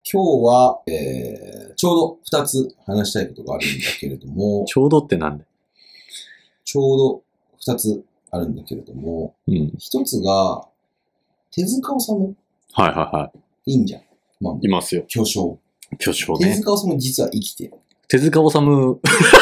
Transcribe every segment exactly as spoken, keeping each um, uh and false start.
今日は、えー、ちょうどふたつ話したいことがあるんだけれども、 ちょうどってなんだよ。 ちょうどふたつあるんだけれども、 うん。 ひとつが、手塚治虫はいはいはいいんじゃん。まあ、 い。いますよ。 巨匠。 巨匠手ね。 塚治虫実は生きてる。 手塚治虫。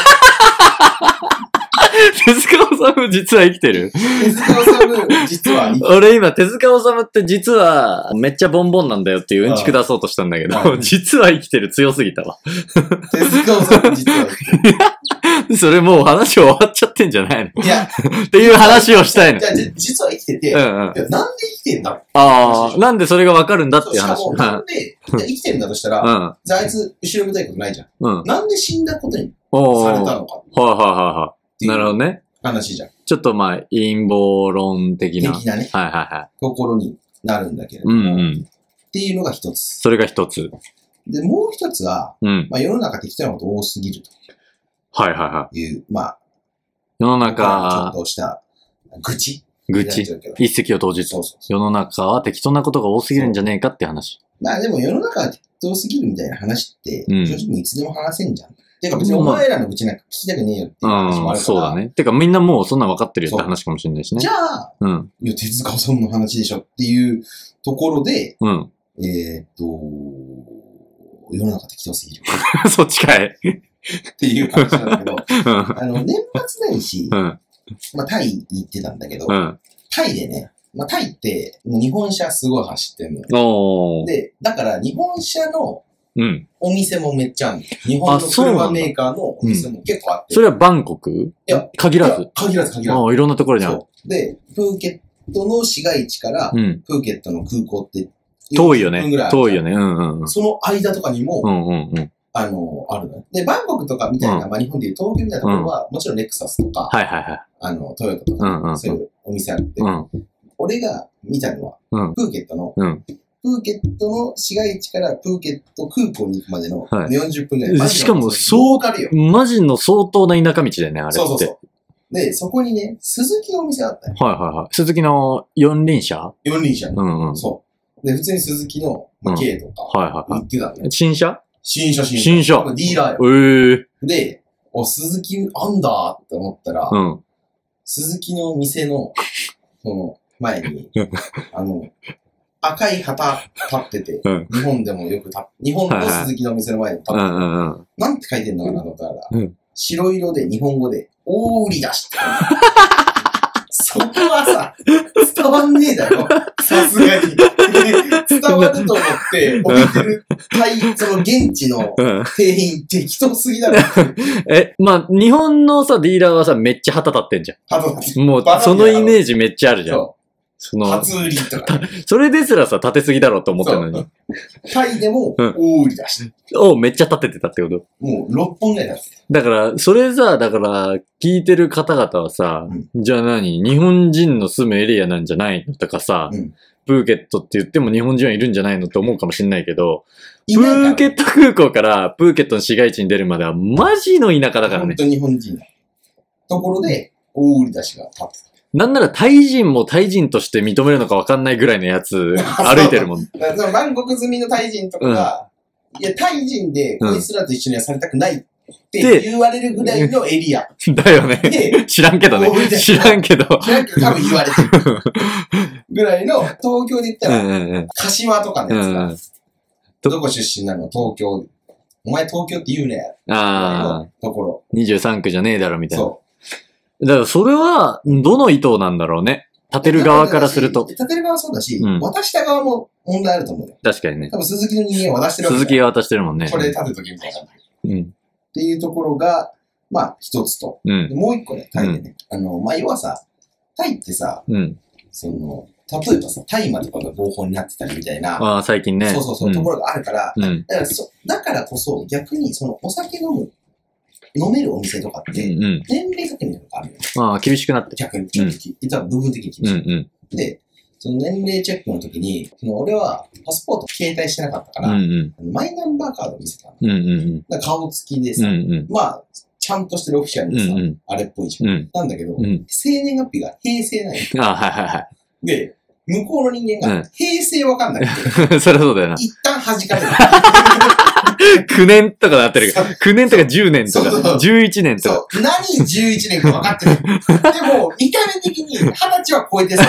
手塚治虫実は生きてる。 手塚治虫実は生きてる。 俺今手塚治虫って実はめっちゃボンボンなんだよっていううんちく出そうとしたんだけど、 はい、 実は生きてる強すぎたわ。 手塚治虫実は生きてる。 それもう話終わっちゃってんじゃないの？ いや。 っていう話をしたいの。 じゃあ、実は生きてて、 うんうん、 なんで生きてるんだろう。 ああ、なんでそれがわかるんだっていう話。 しかも、なんで生きてるんだとしたら、うん、じゃああいつ後ろめたいことないじゃん。うん、なんで死んだことにされたのか。はいはいはいはい。 なるほどね。 話じゃん。 ちょっとまあ、陰謀論的な。 的なね。 はいはいはい。 ところになるんだけれども。うんうん。っていうのが一つ。 それが一つ。 で、もう一つは、うん、まあ世の中適当なこと多すぎると。 はいはいはい。 いう、まあ。 世の中。 ちょっとした愚痴。 愚痴。一石を投じる。そうそうそう。世の中は適当なことが多すぎるんじゃねえかって話。 まあでも世の中は適当すぎるみたいな話って、正直いつでも話せんじゃん。てか別にお前らの愚痴なんか聞きたくねえよっていう話もあるから。うん、そうだね。 てかみんなもうそんな分かってるよって話かもしれないしね。 じゃあ、うん。いや、手塚治虫の話でしょっていうところで、うん。えー、っと、世の中適当すぎる。 そっちかい。 っていう話なんだけど、うん、あの、年末年始、うん、まあタイ行ってたんだけど、うん、タイでね、まあタイって日本車すごい走ってんのよ。で、だから日本車のうん。お店もめっちゃある。日本の車メーカーのお店も結構あって。 それはバンコク？いや、限らず。 限らず、限らず。 ああ、いろんなところにある。 で、プーケットの市街地から、うん、プーケットの空港って遠いよね。遠いよね。うんうんうん。 その間とかにも、 うんうんうん、 あの、あるの。で、バンコクとかみたいな、うん、まあ日本でいう東京みたいなところは、うん、もちろんレクサスとか、 はいはいはい。 あの、トヨタとか、うんうんうん、そういうお店あって、うん、俺が見たのは、うん、プーケットの、うんプーケットの市街地からプーケット空港に行くまでのよんじゅっぷんぐらい。 はい、しかも、そう、マジの相当な田舎道だよね、あれって。そうそうそう。 で、そこにね、鈴木のお店があったよ。 はいはいはい。鈴木の四輪車四輪車。 うんうん。 そう。で、普通に鈴木の、まあ、軽とか、はいはいはい。売ってたの、ね。 新車新車、新車。 新車。 ディーラーよ。ええー。 で、お、鈴木あんだって思ったら、うん。鈴木の店の、その、前に、あの、赤い旗立ってて、うん、日本でもよく立って、日本の鈴木の店の前に立ってて、はいはいうんうんうん、なんて書いてんのかなと思ったら、うん、白色で日本語で、大売り出しって書いてある。そこはさ、伝わんねえだろ。さすがに。伝わると思って置いてる、その現地の店員、適当すぎだろ。 え、まあ、日本のさ、ディーラーはさ、めっちゃ旗立ってんじゃん。 旗立ってん。 もう、そのイメージめっちゃあるじゃん。 その初売りとか、ね。 それですらさ、立てすぎだろうと思ってるのに。 タイでも、大売り出して。 おめっちゃ立ててたってこともうろっぽんぐらい立ててだから、それさ、だから、聞いてる方々はさ、うん、じゃあ何日本人の住むエリアなんじゃないのとかさ、うん、プーケットって言っても日本人はいるんじゃないのって思うかもしれないけど、プーケット空港からプーケットの市街地に出るまではマジの田舎だからね。 本当日本人のところで、大売り出しが立ってた。 なんならタイ人もタイ人として認めるのか分かんないぐらいのやつ歩いてるもん。 バンコク済みのタイ人とかが、うん、いや、タイ人でこいつらと一緒にはされたくないって言われるぐらいのエリア。 だよね。知らんけどね。知らんけど。 知らんけど多分言われてる。ぐらいの、東京で言ったら、うんうんうん、柏とかのやつが、うんうん、どこ出身なの東京。お前東京って言うね。ああ。ところ。 にじゅうさんくじゃねえだろみたいな。そう。だからそれは、どの意図なんだろうね。立てる側からすると。 立てる側はそうだし、うん、渡した側も問題あると思うよ。 確かにね。 多分鈴木の人間は渡してるわけ鈴木が渡してるもんね。 これ立てときみたいな。うん。っていうところが、まあ一つと。うん、もう一個ね、タイでね。うん、あの、まあ要はさ、タイってさ、うん、その、例えばさ、大麻とかが合法になってたりみたいな。 ああ、最近ね。 そうそうそう、うん、ところがあるから、うん、だからそ、だからこそ逆にそのお酒飲む。飲めるお店とかって、年齢設定みたいなのがあるよ、ね。 ああ、厳しくなって。 逆に、ちょっと、実は部分的に厳しい。うんうん、で、その年齢チェックの時に、その俺はパスポート携帯してなかったから、うんうん、マイナンバーカードを見せたの。うんうんうん、だから顔つきでさ、うんうん、まあ、ちゃんとしてるオフィシャルでさ、うんうん、あれっぽいじゃん。うん、なんだけど、うん、生年月日が平成なんよ。 あはいはいはい。 で、 向こうの人間が平成わかんない。 そりゃそうだよな。 一旦弾かれる。 きゅうねんとかなってるから。きゅうねんとかじゅうねんとか、じゅういちねんとか。 そう。何じゅういちねんか分かってない。でも、見た目的にはたちは超えてそう。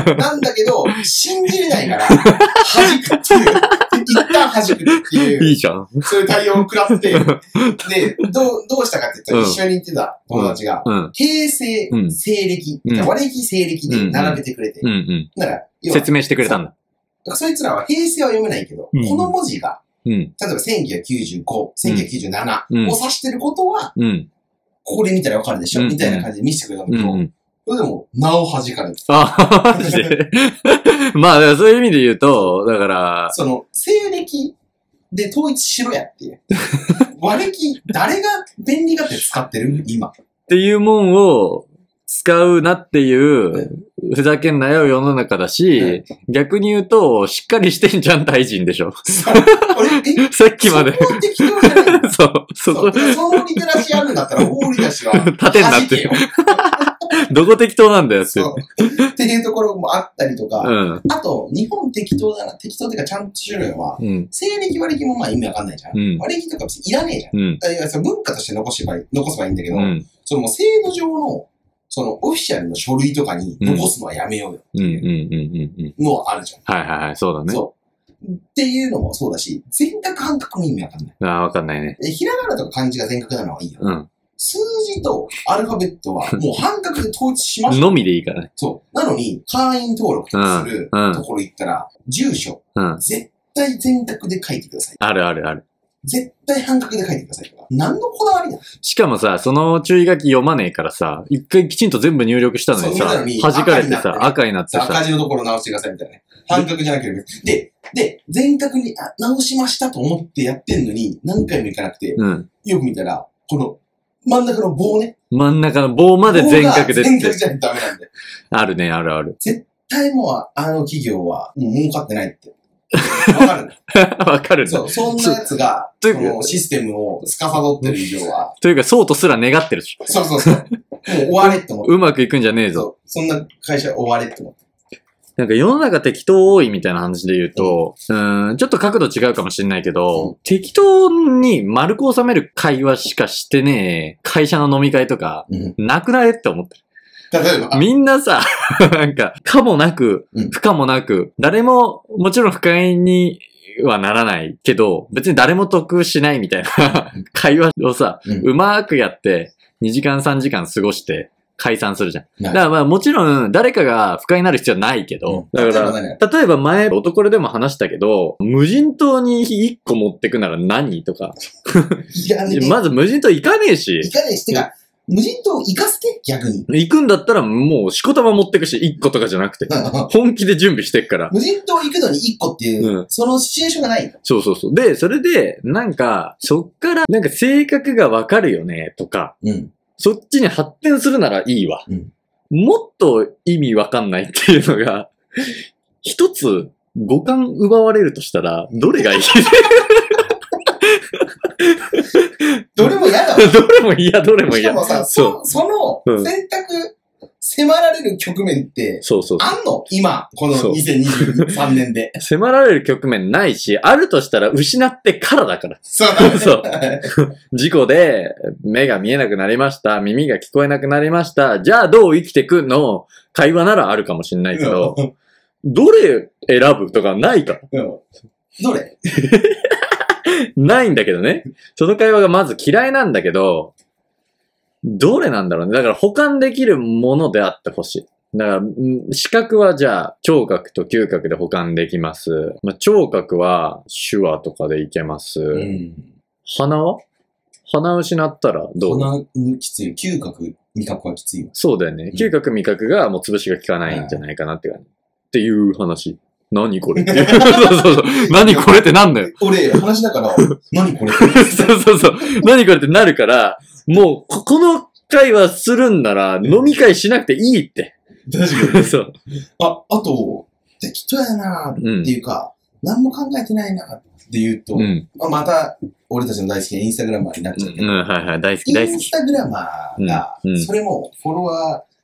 なんだけど、信じれないから、弾くっていう。一旦弾くっていう。 いいじゃん。 そういう対応を食らって、で、どう、どうしたかって言ったら、一緒に行ってた友達が、うんうん、平成、うん、西暦、うん、和暦西暦で並べてくれて、 うんうん、 だから説明してくれたんだ。 だからそいつらは平成は読めないけど、うん、この文字が、うん、例えばせんきゅうひゃくきゅうじゅうご、せんきゅうひゃくきゅうじゅうななを指してることは、うん、ここで見たらわかるでしょ、うん、みたいな感じで見せてくれたんだけど、うん、それでも、なお弾かれてた。 あ、マジでまあ、そういう意味で言うと、だから、 その、西暦で統一しろやっていう。和暦、誰が便利がって使ってる今。 っていうもんを使うなっていう、ふざけんなよ世の中だし、逆に言うと、しっかりしてんじゃん大臣でしょ。さっきまで。 そこ適当じゃないそう、そこ。 そのリテラシーあるんだったら、大リテラシーは。 盾になってる。どこ適当なんだよって。 そう。っていうところもあったりとか、うん、あと、日本適当だな、適当っていうかちゃんと種類は、うん、西暦和暦もまあ意味わかんないじゃん。うん、和暦とか別にいらねえじゃん。うん、いや文化として残せばいい、残せばいいんだけど、うん、そのもう制度上の、そのオフィシャルの書類とかに残すのはやめようよっていうのはあるじゃん。 はいはいはい、そうだね。 そう。っていうのもそうだし、全角半角も意味わかんない。 ああ、わかんないね。 ひらがなとか漢字が全角なのはいいよ。うん。数字とアルファベットはもう半角で統一しました。 のみでいいからね。 そう。なのに、会員登録とかするところ行ったら、うん、住所、うん、絶対全角で書いてください。 あるあるある。 絶対半角で書いてくださいとか。何のこだわりだ。 しかもさ、その注意書き読まねえからさ、一回きちんと全部入力したのにさ、弾かれてさ、赤になってさ。 赤字のところ直してくださいみたいな。半角じゃなければ。で、で、全角にあ直しましたと思ってやってんのに、何回もいかなくて、うん、よく見たら、この、真ん中の棒ね。 真ん中の棒まで全角でって。 全角じゃダメなんで。 あるね、あるある。 絶対もう、あの企業は、もう儲かってないって。わかるわかるそう、そんなやつが、そのシステムを司ってる以上は。 というか、そうとすら願ってるし。 そうそうそう。もう終われって思って。 うまくいくんじゃねえぞ。 そ, そんな会社終われって思って。 なんか世の中適当多いみたいな話で言うと、うん、んちょっと角度違うかもしれないけど、うん、適当に丸く収める会話しかしてねえ、会社の飲み会とか、うん、なくないって思ってる。 例えばみんなさ、なんか、かもなく、不可もなく、誰も、もちろん不快にはならないけど、別に誰も得しないみたいな会話をさ、うん、うまーくやって、にじかんさんじかん過ごして、解散するじゃん。だからまあもちろん誰かが不快になる必要はないけど、うん、だから、ね、例えば前男でも話したけど、無人島にいっこ持ってくなら何とか。 いやね、 まず無人島行かねえし。 行かねえし、てか、無人島行かせて逆に。 行くんだったらもうしこたま持ってくし、いっことかじゃなくて。本気で準備してっから。 無人島行くのにいっこっていう、うん、そのシチュエーションがない。 そうそうそう。で、それで、なんか、そっから、なんか性格がわかるよね、とか。うん。そっちに発展するならいいわ。うん、もっと意味わかんないっていうのが、一つ五感奪われるとしたら、どれがいいどれも嫌だわ。 どれも嫌、どれも嫌。 しかもさ、そ、その選択、迫られる局面って、そうそうそうあんの今、このにせんにじゅうさんねんで。 迫られる局面ないし、あるとしたら失ってからだから。 そうだね。 そう。事故で目が見えなくなりました。耳が聞こえなくなりました。じゃあどう生きてくの会話ならあるかもしれないけど、どれ選ぶとかないから。うん、 どれないんだけどね。その会話がまず嫌いなんだけど、どれなんだろうね。だから保管できるものであってほしい。だから、視覚はじゃあ、聴覚と嗅覚で保管できます。まあ、聴覚は手話とかでいけます。うん、鼻は鼻失ったらどう？ 鼻きつい。嗅覚、味覚はきつい。 そうだよね。嗅覚、味覚がもう潰しが効かないんじゃないかなって感じ。っていう話。何これってそうそうそう。何これってなんだよ。 俺、話だから、何これってそうそうそう。何これってなるから、もう、こ、この会話するんなら、飲み会しなくていいって。 確かに。 そう。 あ、あと、適当やなっていうか、うん、何も考えてないなって言うと、うん、まあ、また、俺たちの大好きなインスタグラマーになっちゃうけど、 うん、はいはい、大好き大好き。 インスタグラマーが、うん、それもフォロワー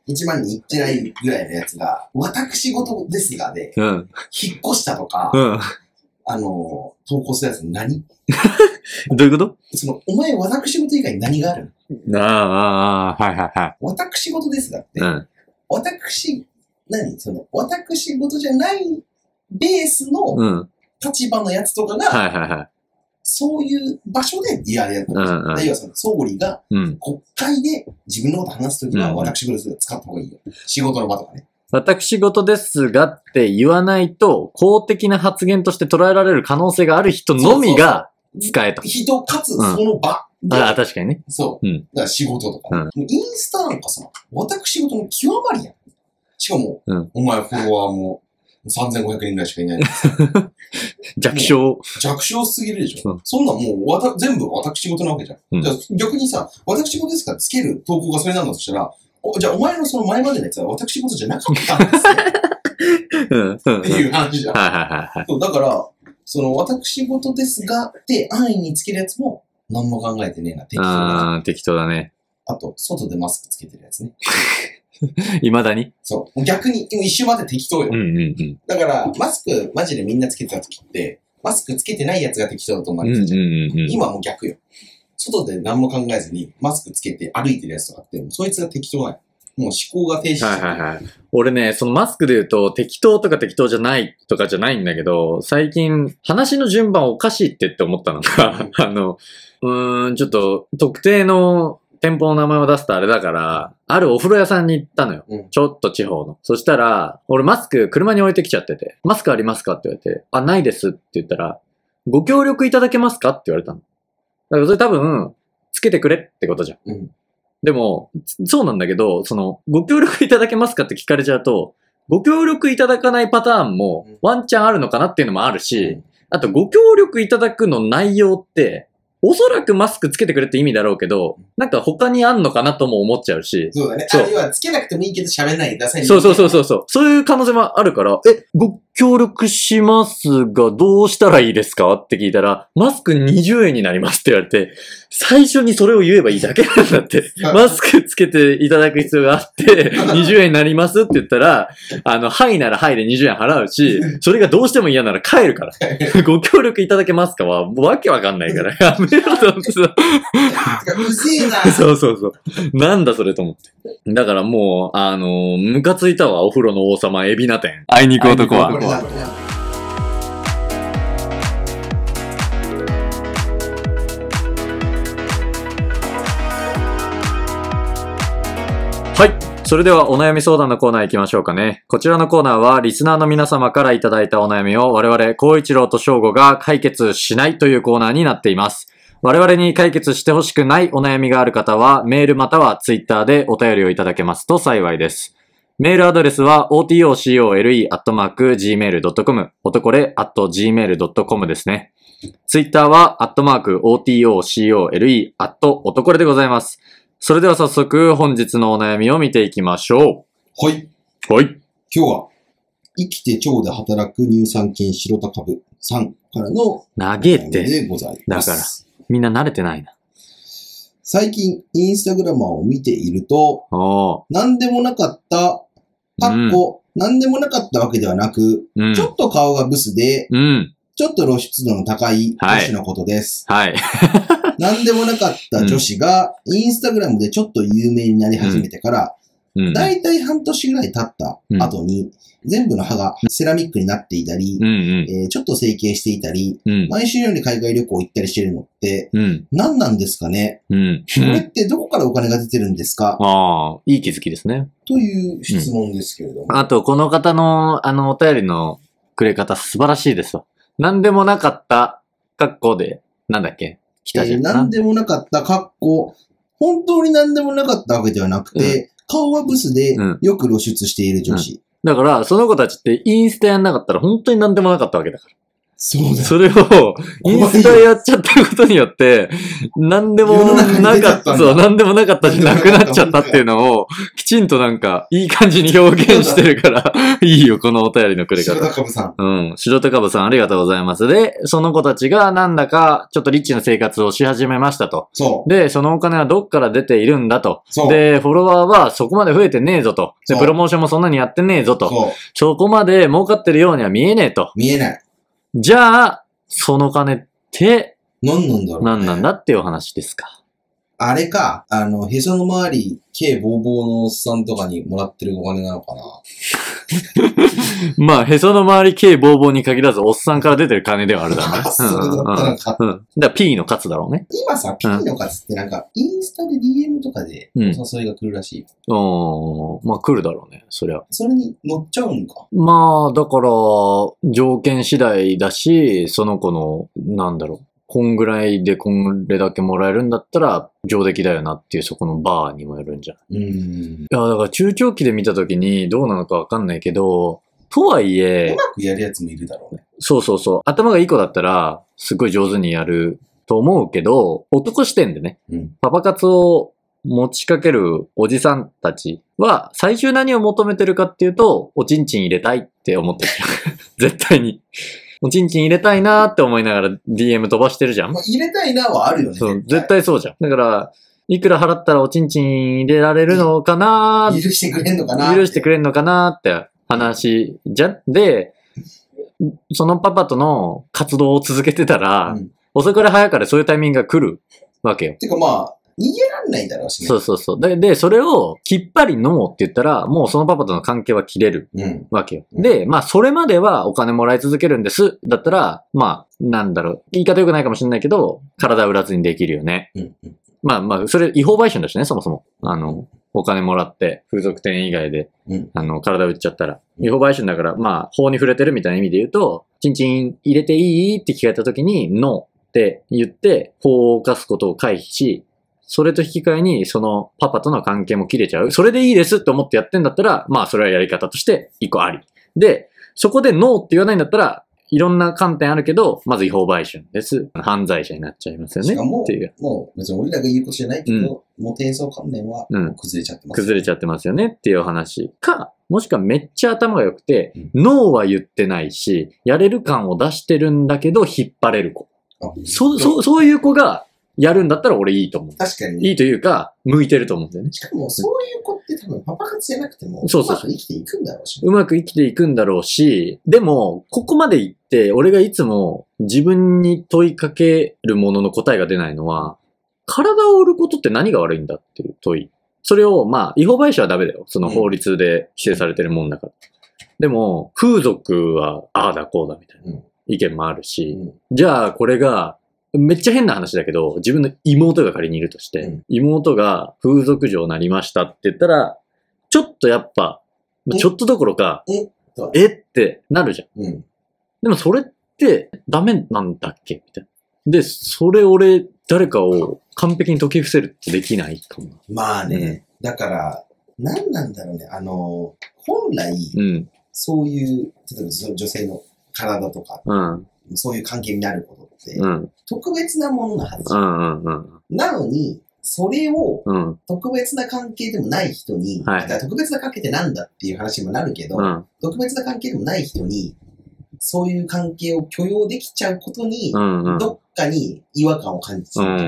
いちまんに行ってないぐらいのやつが、私事ですがで、うん、引っ越したとか、うん、あの、投稿するやつ何どういうこと？ その、お前私事以外に何があるの？ああ、はいはいはい。 私事ですがって、うん、私、何その、私事じゃないベースの立場のやつとかが、うん、はいはいはい。そういう場所でやるやつ。うんうん、要はその、総理が国会で自分のこと話すときは、私事ですが使った方がいいよ。仕事の場とかね。 私事ですがって言わないと、公的な発言として捉えられる可能性がある人のみが使えと。 人かつその場。 うん、ああ、確かにね。 そう。うん、だから仕事とか、ねうん。インスタなんかさ、私事の極まりやん。しかも、うん、お前フォロワーもさんぜんごひゃくにんぐらいしかいないんです弱小。 弱小すぎるでしょ。うん、そんなんもうわた全部私事なわけじゃん。うん、じゃあ逆にさ、私事ですかつける投稿がそれなんだとしたら、おじゃあお前のその前までのやつは私事じゃなかったんですね。うん、っていう話じゃん。はいはいはい。だから、その私事ですがって安易につけるやつも何も考えてねえな。 適当だな。ああ、適当だね。 あと、外でマスクつけてるやつね。 未だにそう。逆に、一周まで適当よ。うんうんうん。だから、マスク、マジでみんなつけてた時って、マスクつけてないやつが適当だと思われてたじゃん。うんうんうん、今はもう逆よ。外で何も考えずに、マスクつけて歩いてるやつとかって、そいつが適当ない。もう思考が停止してる。はいはいはい。 俺ね、そのマスクで言うと、適当とか適当じゃないとかじゃないんだけど、最近、話の順番おかしいってって思ったのが、あの、うーん、ちょっと、特定の、店舗の名前を出すとあれだから、あるお風呂屋さんに行ったのよ。うん、ちょっと地方の。そしたら、俺マスク車に置いてきちゃってて、マスクありますかって言われて、あ、ないですって言ったら、ご協力いただけますかって言われたの。だからそれ多分、つけてくれってことじゃん。うん、でも、そうなんだけど、その、ご協力いただけますかって聞かれちゃうと、ご協力いただかないパターンもワンチャンあるのかなっていうのもあるし、あとご協力いただくの内容って、おそらくマスクつけてくれって意味だろうけど、なんか他にあんのかなとも思っちゃうし。 そうだね。あるいはつけなくてもいいけど喋んないでください。 そうそうそうそうそう。そういう可能性もあるから、え、ご協力しますがどうしたらいいですかって聞いたら、マスクにじゅうえんになりますって言われて、最初にそれを言えばいいだけなんだって。マスクつけていただく必要があって、にじゅうえんになりますって言ったら、あの、はいならはいでにじゅうえん払うし、それがどうしても嫌なら帰るから。ご協力いただけますかは、わけわかんないから。やめろと思ってさ。 うぜえな。 そうそうそう。なんだそれと思って。だからもう、あのー、ムカついたわ、お風呂の王様、エビナ店。あいに行く男は。はい。それではお悩み相談のコーナー行きましょうかね。こちらのコーナーはリスナーの皆様からいただいたお悩みを我々、孝一郎と翔吾が解決しないというコーナーになっています。我々に解決してほしくないお悩みがある方はメールまたはツイッターでお便りをいただけますと幸いです。メールアドレスは オーティーオーシーオーエルイー アットマーク ジーメール ドットコム 男れ アット ジーメール ドットコム ですね。ツイッターはアットマーク オーティーオーシーオーエルイー アット男れでございます。それでは早速本日のお悩みを見ていきましょう。はい。 はい。 今日は生きて腸で働く乳酸菌白田株さんからのお悩みでございます。 だからみんな慣れてないな。 最近インスタグラマーを見ていると、何でもなかった、かっこ、うん、何でもなかったわけではなく、うん、ちょっと顔がブスで、うん、ちょっと露出度の高い女子のことです。はい。何でもなかった女子が、インスタグラムでちょっと有名になり始めてから、うん、だいたい半年ぐらい経った後に、うん、全部の歯がセラミックになっていたり、うんうんえー、ちょっと整形していたり、うん、毎週のように海外旅行行ったりしてるのって、うん、何なんですかね、うん、これってどこからお金が出てるんですか、 ああ、いい気づきですね。 という質問ですけれども。 うん、あと、この方の、あの、お便りのくれ方素晴らしいですわ。何でもなかった格好で、なんだっけ来たじゃん。 えー、何でもなかった格好、本当に何でもなかったわけではなくて、うん顔はブスでよく露出している女子、うんうん。だから、その子たちってインスタやんなかったら本当に何でもなかったわけだから。 そうだ。 それを、インスタやっちゃったことによって、なんでもなかった、そう、なんでもなかったし、なくなっちゃったっていうのを、きちんとなんか、いい感じに表現してるから、いいよ、このお便りのくれ方。 白高部さん。 うん。白高部さん、ありがとうございます。で、その子たちがなんだか、ちょっとリッチな生活をし始めましたと。 そう。 で、そのお金はどっから出ているんだと。そう。で、フォロワーはそこまで増えてねえぞと。で、プロモーションもそんなにやってねえぞと。そう。そこまで儲かってるようには見えねえと。 見えない。 じゃあ、その金って、 何なんだろう、ね、 何なんだっていうお話ですか。 あれか、あの、へその周り、毛ボーボーのおっさんとかにもらってるお金なのかな。 まあ、へその周り、毛ボーボーに限らず、おっさんから出てる金ではあるだろうね。 それだったのか。 うん。うん。だから P の勝つだろうね。 今さ、P の勝つってなんか、インスタで ディーエム とかでお誘いが来るらしい。 うん。まあ来るだろうね、そりゃ。 それに乗っちゃうんか。 まあ、だから、条件次第だし、その子の、なんだろう。こんぐらいでこんれだけもらえるんだったら上出来だよなっていうそこのバーにもよるんじゃん。うん。いや、だから中長期で見たときにどうなのかわかんないけど、とはいえ、 うまくやるやつもいるだろうね。 そうそうそう。頭がいい子だったらすごい上手にやると思うけど、男視点でね、うん、パパ活を持ちかけるおじさんたちは最終何を求めてるかっていうと、おちんちん入れたいって思ってる。絶対に。おちんちん入れたいなーって思いながら ディーエム 飛ばしてるじゃん。 まあ、入れたいなはあるよね。 そう、絶対そうじゃん。だから、いくら払ったらおちんちん入れられるのかなー、 許してくれんのかな許してくれんのかなーって話じゃん。で、そのパパとの活動を続けてたら、うん、遅かれ早かれそういうタイミングが来るわけよ。 てかまあ、逃げらんないだろうしね。 そうそうそう。で、でそれをきっぱりノーって言ったら、もうそのパパとの関係は切れるわけよ。うん、で、まあ、それまではお金もらい続けるんです。だったら、まあ、なんだろう。言い方良くないかもしれないけど、体売らずにできるよね。うんうん、まあまあ、それ違法売春だしね、そもそも。あの、お金もらって、風俗店以外で、うん、あの、体売っちゃったら。違法売春だから、まあ、法に触れてるみたいな意味で言うと、チンチン入れていいって聞かれた時に、ノーって言って、法を犯すことを回避し、それと引き換えに、そのパパとの関係も切れちゃう。それでいいですって思ってやってんだったら、まあそれはやり方として一個あり。で、そこでノーって言わないんだったら、いろんな観点あるけど、まず違法売春です。犯罪者になっちゃいますよね。っていう。 もう別に俺らが言うことじゃないけど、うん、もう転送関連は崩れちゃってます、 ねうん。崩れちゃってますよねっていう話か、もしくはめっちゃ頭が良くて、うん、ノーは言ってないし、やれる感を出してるんだけど引っ張れる子。そ、そ、そういう子が、やるんだったら俺いいと思う。 確かにね。 いいというか、向いてると思うんだよね。 しかもそういう子って多分パパ活じゃなくても、そうそううまく生きていくんだろうし、ね。 うまく生きていくんだろうし、でも、ここまで行って、俺がいつも自分に問いかけるものの答えが出ないのは、体を売ることって何が悪いんだっていう問い。それを、まあ、違法売春はダメだよ。その法律で規制されてるもんだから。うん、でも、風俗はああだこうだみたいな意見もあるし、うん、じゃあこれが、めっちゃ変な話だけど、自分の妹が仮にいるとして、うん、妹が風俗嬢になりましたって言ったら、ちょっとやっぱ、ちょっとどころか、え, えってなるじゃん、うん。でもそれってダメなんだっけみたいな。で、それ俺、誰かを完璧に解き伏せるってできないかも。 まあね。うん、だから、何なんだろうね。あの、本来、うん、そういう、例えばその女性の体とか、うん、そういう関係になることって、うん、特別なものなはずじゃん。うんうんうん、なのに、それを特別な関係でもない人に、うん、だから特別な関係ってなんだっていう話にもなるけど、はい、特別な関係でもない人に、そういう関係を許容できちゃうことに、うんうん、どっかに違和感を感じちゃう、うんうん。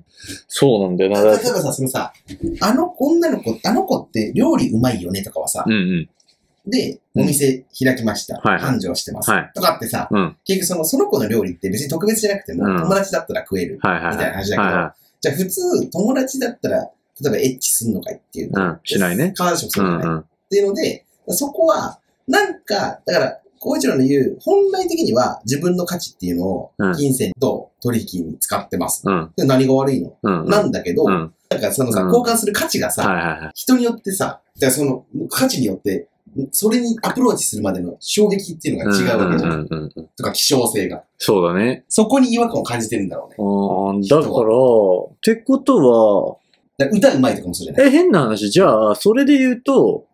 そうなんだよな。 例えばさ、そのさ、あの女の子、あの子って料理うまいよねとかはさ、うんうんで、お店開きました。うん、繁盛してます。はい、とかってさ、うん、結局その、その子の料理って別に特別じゃなくても、うん、友達だったら食える。みたいな話だけど、はいはいはい、じゃあ普通、友達だったら、例えばエッチすんのかいっていうと、うん、 しないね。 感謝するのかい、うんうん、っていうので、そこは、なんか、だから、小一郎の言う、本来的には自分の価値っていうのを、金銭と取引に使ってます。うん、で何が悪いの、うんうん、なんだけど、うん、なんかそのさ、交換する価値がさ、うんはいはいはい、人によってさ、だからその価値によって、それにアプローチするまでの衝撃っていうのが違うわけじゃん。うんうんうんうん、とか希少性が。 そうだね。 そこに違和感を感じてるんだろうね。ああ、だから、ってことは、 だから歌うまいとかもそうじゃない？ え、変な話。じゃあ、それで言うと、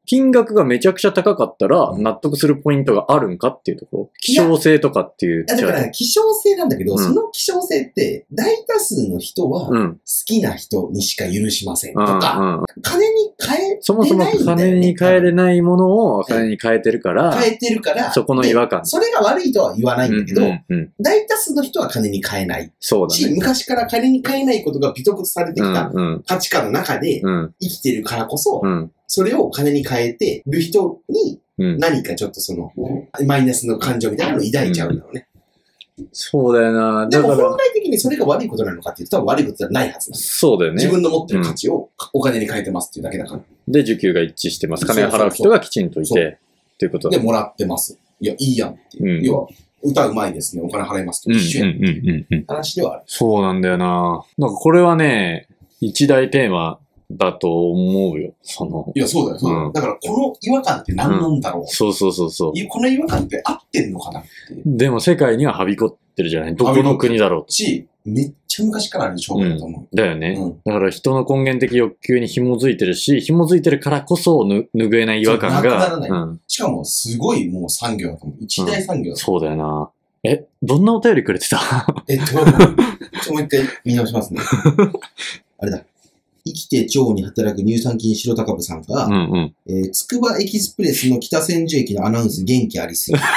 金額がめちゃくちゃ高かったら納得するポイントがあるんかっていうところ。希少性とかっていう。 だから、希少性なんだけど、うん、その希少性って大多数の人は好きな人にしか許しませんとか、うんうん、金に変えれないんだよね。そもそも金に変えれないものを金に変えてるから、 変えてるから、 そこの違和感。 それが悪いとは言わないんだけど、うんうんうん、大多数の人は金に変えない。 そうだね。 昔から金に変えないことが美徳されてきた価値観の中で生きてるからこそ、うんうん、それを金に変えてる人に何かちょっとその、マイナスの感情みたいなのを抱いちゃうんだろうね。 うん、そうだよな。 だからでも本来的にそれが悪いことなのかっていうと、多分悪いことじゃないはずなんだ。 そうだよね。 自分の持ってる価値をお金に変えてますっていうだけだから。 で、受給が一致してます。金を払う人がきちんといて、ということで、もらってます。いや、いいやんっていう。うん、要は、歌うまいですね。お金払いますと一緒やんっていう話ではある。 そうなんだよな。なんかこれはね、一大テーマだと思うよ。その。 いや、そうだよ、そうだよ。うん、だから、この違和感って何なんだろう、うん、 そうそうそうそう。 この違和感って合ってんのかなって。 でも世界にははびこってるじゃない。どこの国だろうし、めっちゃ昔からある勝負だと思う。うん、 だよね、うん。だから人の根源的欲求に紐づいてるし、紐づいてるからこそぬ拭えない違和感が。なくならない、 うん。しかも、すごいもう産業だと思う。一大産業だと思う、うん。そうだよな。え、どんなお便りくれてたえっと、ちょ、もう一回見直しますね。あれだ。生きて腸に働く乳酸菌白高部さんが、うんうんえー、つくばエキスプレスの北千住駅のアナウンス元気ありすぎ。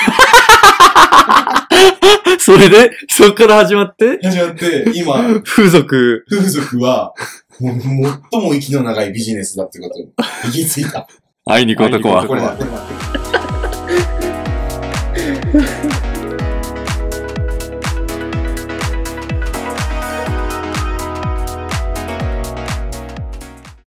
それで、そっから始まって始まって、今、 風俗。 風俗は、もう最も息の長いビジネスだってことに行き着いた。 会いに行く男は。 これだ、これだ。